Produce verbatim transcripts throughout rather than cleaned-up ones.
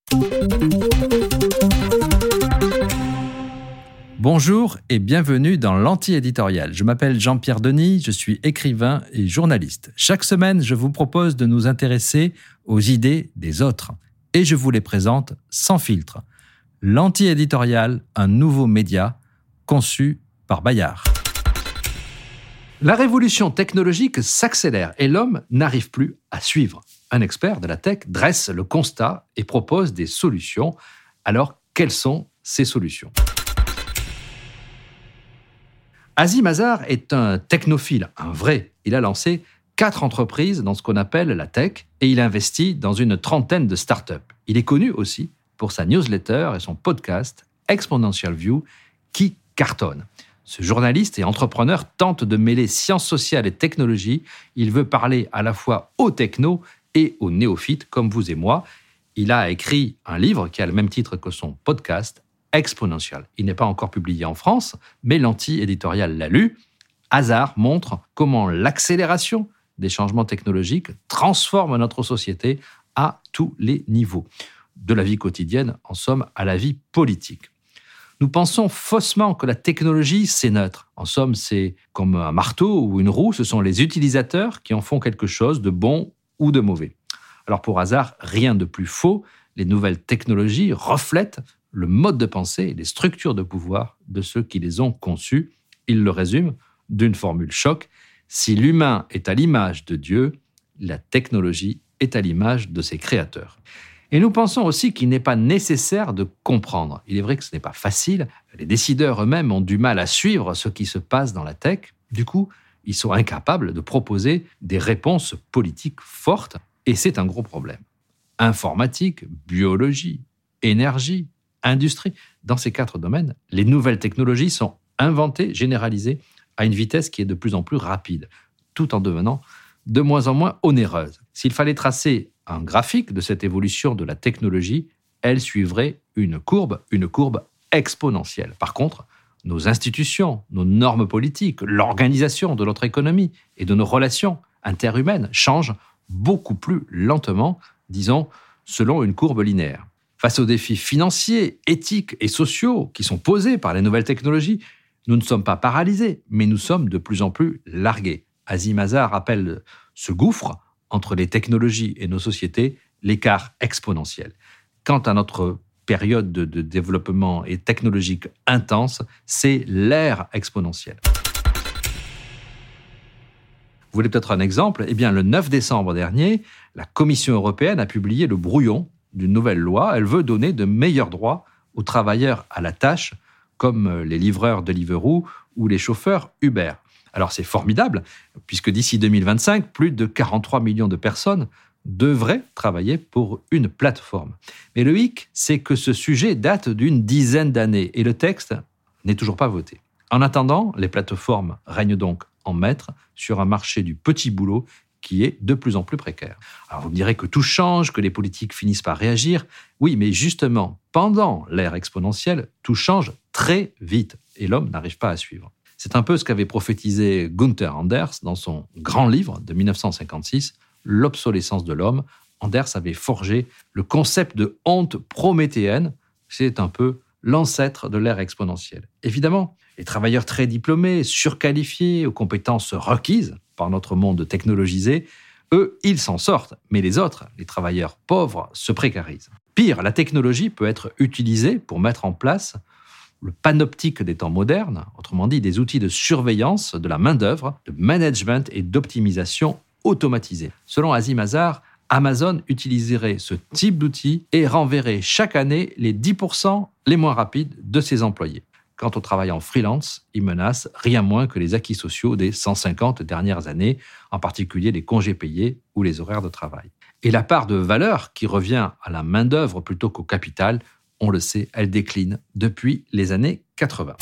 Bonjour et bienvenue dans l'Anti-Éditorial. Je m'appelle Jean-Pierre Denis, je suis écrivain et journaliste. Chaque semaine, je vous propose de nous intéresser aux idées des autres. Et je vous les présente sans filtre. L'Anti-Éditorial, un nouveau média conçu par Bayard. La révolution technologique s'accélère et l'homme n'arrive plus à suivre. Un expert de la tech dresse le constat et propose des solutions. Alors, quelles sont ces solutions ? Azim Azhar est un technophile, un vrai. Il a lancé quatre entreprises dans ce qu'on appelle la tech et il investit dans une trentaine de startups. Il est connu aussi pour sa newsletter et son podcast Exponential View qui cartonne. Ce journaliste et entrepreneur tente de mêler sciences sociales et technologie. Il veut parler à la fois aux technos et aux néophytes comme vous et moi. Il a écrit un livre qui a le même titre que son podcast, Exponential. Il n'est pas encore publié en France, mais l'Anti-Éditorial l'a lu. Azhar montre comment l'accélération des changements technologiques transforme notre société à tous les niveaux, de la vie quotidienne, en somme, à la vie politique. Nous pensons faussement que la technologie, c'est neutre. En somme, c'est comme un marteau ou une roue, ce sont les utilisateurs qui en font quelque chose de bon ou de mauvais. Alors pour Azhar, rien de plus faux. Les nouvelles technologies reflètent le mode de pensée et les structures de pouvoir de ceux qui les ont conçues. Il le résume d'une formule choc. Si l'humain est à l'image de Dieu, la technologie est à l'image de ses créateurs. Et nous pensons aussi qu'il n'est pas nécessaire de comprendre. Il est vrai que ce n'est pas facile. Les décideurs eux-mêmes ont du mal à suivre ce qui se passe dans la tech. Du coup, ils sont incapables de proposer des réponses politiques fortes. Et c'est un gros problème. Informatique, biologie, énergie, industrie. Dans ces quatre domaines, les nouvelles technologies sont inventées, généralisées à une vitesse qui est de plus en plus rapide, tout en devenant de moins en moins onéreuse. S'il fallait tracer un graphique de cette évolution de la technologie, elle suivrait une courbe, une courbe exponentielle. Par contre, nos institutions, nos normes politiques, l'organisation de notre économie et de nos relations interhumaines changent beaucoup plus lentement, disons, selon une courbe linéaire. Face aux défis financiers, éthiques et sociaux qui sont posés par les nouvelles technologies, nous ne sommes pas paralysés, mais nous sommes de plus en plus largués. Azim Azhar appelle ce gouffre entre les technologies et nos sociétés l'écart exponentiel. Quant à notre période de, de développement et technologique intense, c'est l'ère exponentielle. Vous voulez peut-être un exemple ? Eh bien, le neuf décembre dernier, la Commission européenne a publié le brouillon d'une nouvelle loi. Elle veut donner de meilleurs droits aux travailleurs à la tâche, comme les livreurs Deliveroo ou les chauffeurs Uber. Alors c'est formidable, puisque d'ici deux mille vingt-cinq, plus de quarante-trois millions de personnes devraient travailler pour une plateforme. Mais le hic, c'est que ce sujet date d'une dizaine d'années et le texte n'est toujours pas voté. En attendant, les plateformes règnent donc en maître sur un marché du petit boulot qui est de plus en plus précaire. Alors vous me direz que tout change, que les politiques finissent par réagir. Oui, mais justement, pendant l'ère exponentielle, tout change très vite et l'homme n'arrive pas à suivre. C'est un peu ce qu'avait prophétisé Gunther Anders dans son grand livre de dix-neuf cent cinquante-six, L'obsolescence de l'homme. Anders avait forgé le concept de honte prométhéenne. C'est un peu l'ancêtre de l'ère exponentielle. Évidemment, les travailleurs très diplômés, surqualifiés, aux compétences requises par notre monde technologisé, eux, ils s'en sortent. Mais les autres, les travailleurs pauvres, se précarisent. Pire, la technologie peut être utilisée pour mettre en place le panoptique des temps modernes, autrement dit des outils de surveillance de la main-d'œuvre, de management et d'optimisation automatisée. Selon Azim Azhar, Amazon utiliserait ce type d'outils et renverrait chaque année les dix pour cent les moins rapides de ses employés. Quant au travail en freelance, il menace rien moins que les acquis sociaux des cent cinquante dernières années, en particulier les congés payés ou les horaires de travail. Et la part de valeur qui revient à la main-d'œuvre plutôt qu'au capital, on le sait, elle décline depuis les années quatre-vingts.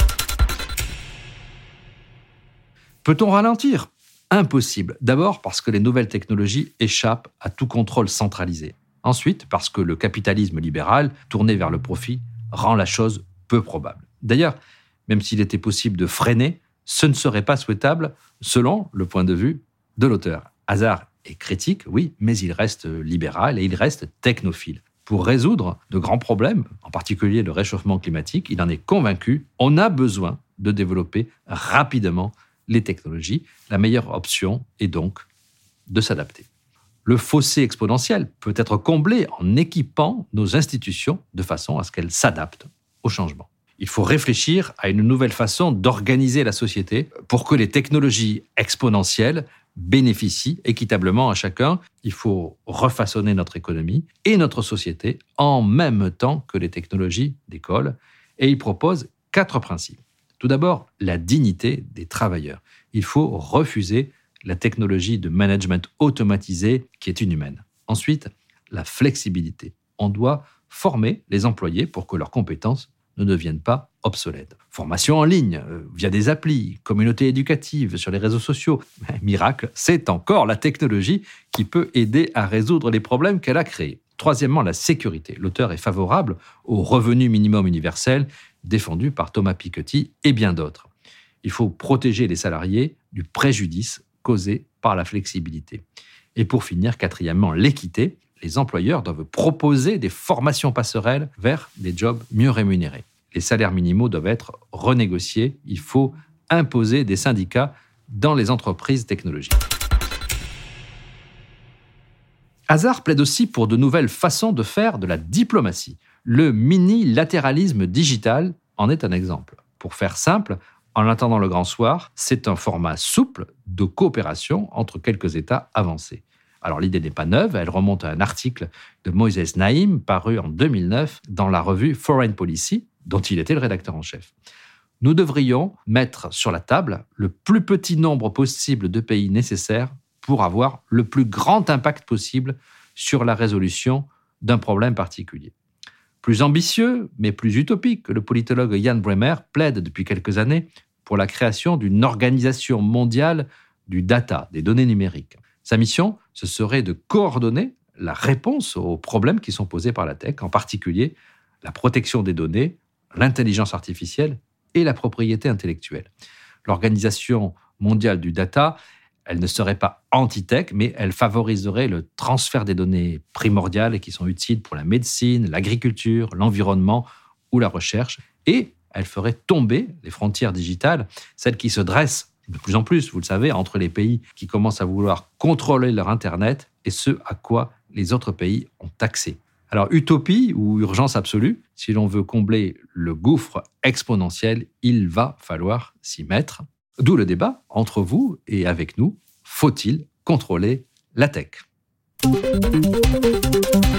Peut-on ralentir ? Impossible. D'abord parce que les nouvelles technologies échappent à tout contrôle centralisé. Ensuite, parce que le capitalisme libéral, tourné vers le profit, rend la chose peu probable. D'ailleurs, même s'il était possible de freiner, ce ne serait pas souhaitable selon le point de vue de l'auteur. Azhar est critique, oui, mais il reste libéral et il reste technophile. Pour résoudre de grands problèmes, en particulier le réchauffement climatique, il en est convaincu, on a besoin de développer rapidement les technologies. La meilleure option est donc de s'adapter. Le fossé exponentiel peut être comblé en équipant nos institutions de façon à ce qu'elles s'adaptent au changement. Il faut réfléchir à une nouvelle façon d'organiser la société pour que les technologies exponentielles bénéficient équitablement à chacun. Il faut refaçonner notre économie et notre société en même temps que les technologies décollent. Et il propose quatre principes. Tout d'abord, la dignité des travailleurs. Il faut refuser la technologie de management automatisé qui est inhumaine. Ensuite, la flexibilité. On doit former les employés pour que leurs compétences ne deviennent pas obsolètes. Formation en ligne, euh, via des applis, communautés éducatives sur les réseaux sociaux. Mais, miracle, c'est encore la technologie qui peut aider à résoudre les problèmes qu'elle a créés. Troisièmement, la sécurité. L'auteur est favorable au revenu minimum universel défendu par Thomas Piketty et bien d'autres. Il faut protéger les salariés du préjudice causé par la flexibilité. Et pour finir, quatrièmement, l'équité. Les employeurs doivent proposer des formations passerelles vers des jobs mieux rémunérés. Les salaires minimaux doivent être renégociés. Il faut imposer des syndicats dans les entreprises technologiques. Hazard plaide aussi pour de nouvelles façons de faire de la diplomatie. Le mini-latéralisme digital en est un exemple. Pour faire simple, En attendant le grand soir, c'est un format souple de coopération entre quelques États avancés. Alors l'idée n'est pas neuve, elle remonte à un article de Moïse Naïm paru en deux mille neuf dans la revue Foreign Policy, dont il était le rédacteur en chef. Nous devrions mettre sur la table le plus petit nombre possible de pays nécessaires pour avoir le plus grand impact possible sur la résolution d'un problème particulier. Plus ambitieux, mais plus utopique, le politologue Jan Bremer plaide depuis quelques années pour la création d'une organisation mondiale du data, des données numériques. Sa mission, ce serait de coordonner la réponse aux problèmes qui sont posés par la tech, en particulier la protection des données, l'intelligence artificielle et la propriété intellectuelle. L'Organisation mondiale du data, elle ne serait pas anti-tech, mais elle favoriserait le transfert des données primordiales et qui sont utiles pour la médecine, l'agriculture, l'environnement ou la recherche. Et elle ferait tomber les frontières digitales, celles qui se dressent de plus en plus, vous le savez, entre les pays qui commencent à vouloir contrôler leur Internet et ce à quoi les autres pays ont accès. Alors, utopie ou urgence absolue, si l'on veut combler le gouffre exponentiel, il va falloir s'y mettre. D'où le débat entre vous et avec nous. Faut-il contrôler la tech ?